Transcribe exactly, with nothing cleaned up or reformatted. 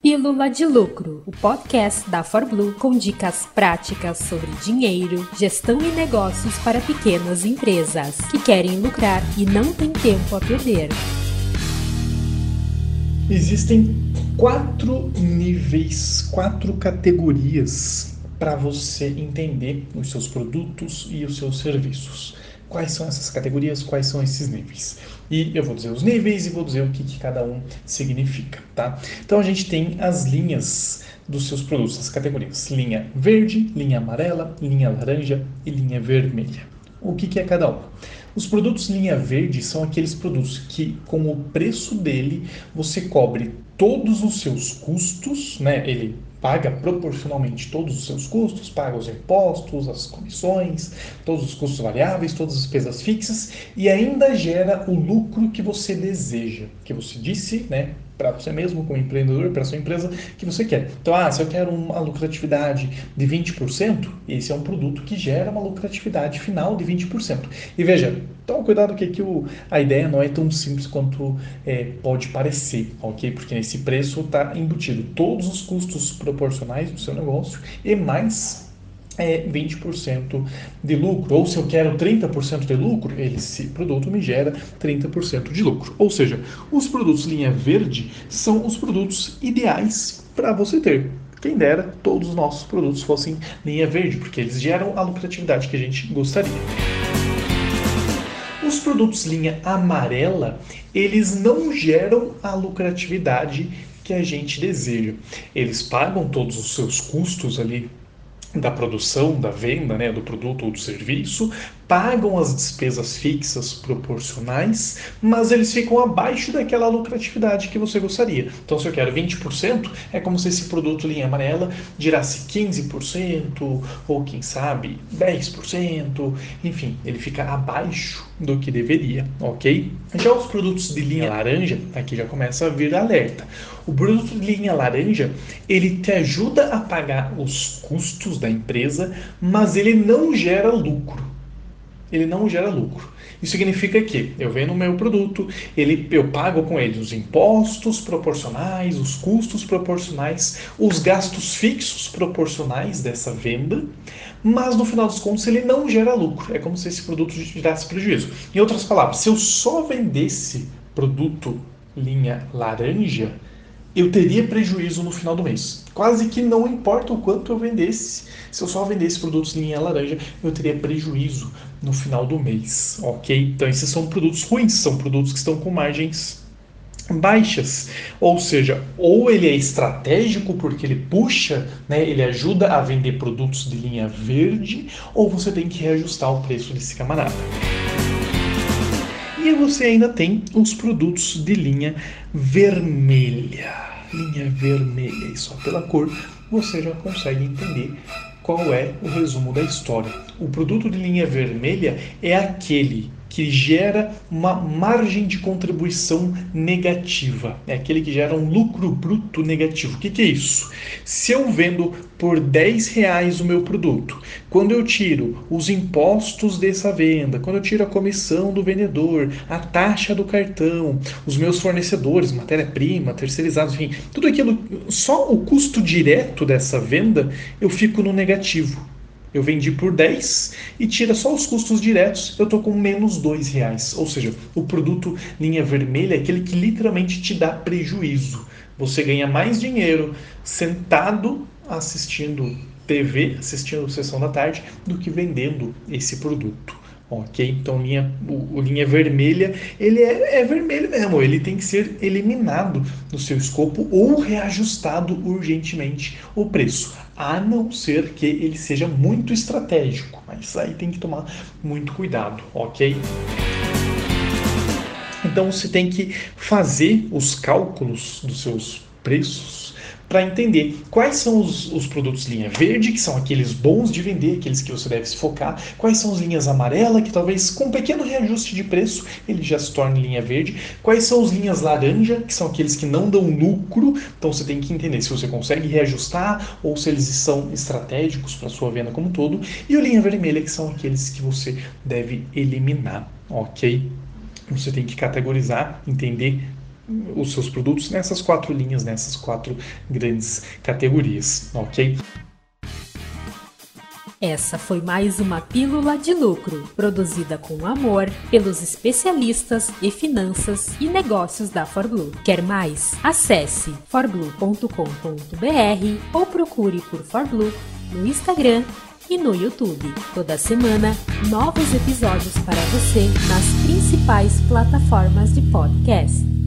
Pílula de Lucro, o podcast da ForBlue com dicas práticas sobre dinheiro, gestão e negócios para pequenas empresas que querem lucrar e não têm tempo a perder. Existem quatro níveis, quatro categorias para você entender os seus produtos e os seus serviços. Quais são essas categorias? Quais são esses níveis? E eu vou dizer os níveis e vou dizer o que, que cada um significa, tá? Então a gente tem as linhas dos seus produtos, as categorias: linha verde, linha amarela, linha laranja e linha vermelha. O que, que é cada uma? Os produtos linha verde são aqueles produtos que, com o preço dele, você cobre todos os seus custos, né? Ele paga proporcionalmente todos os seus custos, paga os impostos, as comissões, todos os custos variáveis, todas as despesas fixas e ainda gera o lucro que você deseja, que você disse, né, para você mesmo, como empreendedor, para sua empresa, que você quer. Então, ah, se eu quero uma lucratividade de vinte por cento, esse é um produto que gera uma lucratividade final de vinte por cento. E veja, toma cuidado que aqui o, a ideia não é tão simples quanto é, pode parecer, ok? Porque nesse preço está embutido todos os custos proporcionais do seu negócio e mais é, vinte por cento de lucro. Ou se eu quero trinta por cento de lucro, esse produto me gera trinta por cento de lucro. Ou seja, os produtos linha verde são os produtos ideais para você ter. Quem dera todos os nossos produtos fossem linha verde, porque eles geram a lucratividade que a gente gostaria. Os produtos linha amarela, eles não geram a lucratividade que a gente deseja. Eles pagam todos os seus custos ali da produção, da venda, né, do produto ou do serviço, pagam as despesas fixas proporcionais, mas eles ficam abaixo daquela lucratividade que você gostaria. Então, se eu quero vinte por cento, é como se esse produto linha amarela gerasse quinze por cento, ou quem sabe dez por cento, enfim, ele fica abaixo do que deveria, ok? Já os produtos de linha laranja, aqui já começa a vir alerta. O produto de linha laranja, ele te ajuda a pagar os custos da empresa, mas ele não gera lucro. Ele não gera lucro. Isso significa que eu vendo o meu produto, ele, eu pago com ele os impostos proporcionais, os custos proporcionais, os gastos fixos proporcionais dessa venda, mas no final dos contos ele não gera lucro. É como se esse produto gerasse prejuízo. Em outras palavras, se eu só vendesse produto linha laranja, eu teria prejuízo no final do mês. Quase que não importa o quanto eu vendesse. Se eu só vendesse produtos linha laranja, eu teria prejuízo no final do mês, ok? Então esses são produtos ruins, são produtos que estão com margens baixas. Ou seja, ou ele é estratégico porque ele puxa, né, ele ajuda a vender produtos de linha verde, ou você tem que reajustar o preço desse camarada. E você ainda tem os produtos de linha vermelha. Linha vermelha, e só pela cor você já consegue entender qual é o resumo da história. O produto de linha vermelha é aquele que gera uma margem de contribuição negativa. É aquele que gera um lucro bruto negativo. O que, que é isso? Se eu vendo por dez reais o meu produto, quando eu tiro os impostos dessa venda, quando eu tiro a comissão do vendedor, a taxa do cartão, os meus fornecedores, matéria-prima, terceirizados, enfim, tudo aquilo, só o custo direto dessa venda, eu fico no negativo. Eu vendi por dez e tira só os custos diretos, eu estou com menos dois reais. Ou seja, o produto linha vermelha é aquele que literalmente te dá prejuízo. Você ganha mais dinheiro sentado assistindo T V, assistindo a Sessão da Tarde, do que vendendo esse produto. Ok? Então linha, o, o linha vermelha, ele é, é vermelho mesmo, ele tem que ser eliminado do seu escopo ou reajustado urgentemente o preço, a não ser que ele seja muito estratégico, mas aí tem que tomar muito cuidado, ok? Então você tem que fazer os cálculos dos seus preços para entender quais são os, os produtos linha verde, que são aqueles bons de vender, aqueles que você deve se focar, quais são as linhas amarela, que talvez com um pequeno reajuste de preço ele já se torne linha verde, quais são as linhas laranja, que são aqueles que não dão lucro, então você tem que entender se você consegue reajustar ou se eles são estratégicos para a sua venda como um todo, e o linha vermelha, que são aqueles que você deve eliminar, ok? Você tem que categorizar, entender os seus produtos nessas quatro linhas, nessas quatro grandes categorias, ok? Essa foi mais uma Pílula de Lucro, produzida com amor pelos especialistas em finanças e negócios da ForBlue. Quer mais? Acesse forblue ponto com ponto b r ou procure por ForBlue no Instagram e no YouTube. Toda semana, novos episódios para você nas principais plataformas de podcast.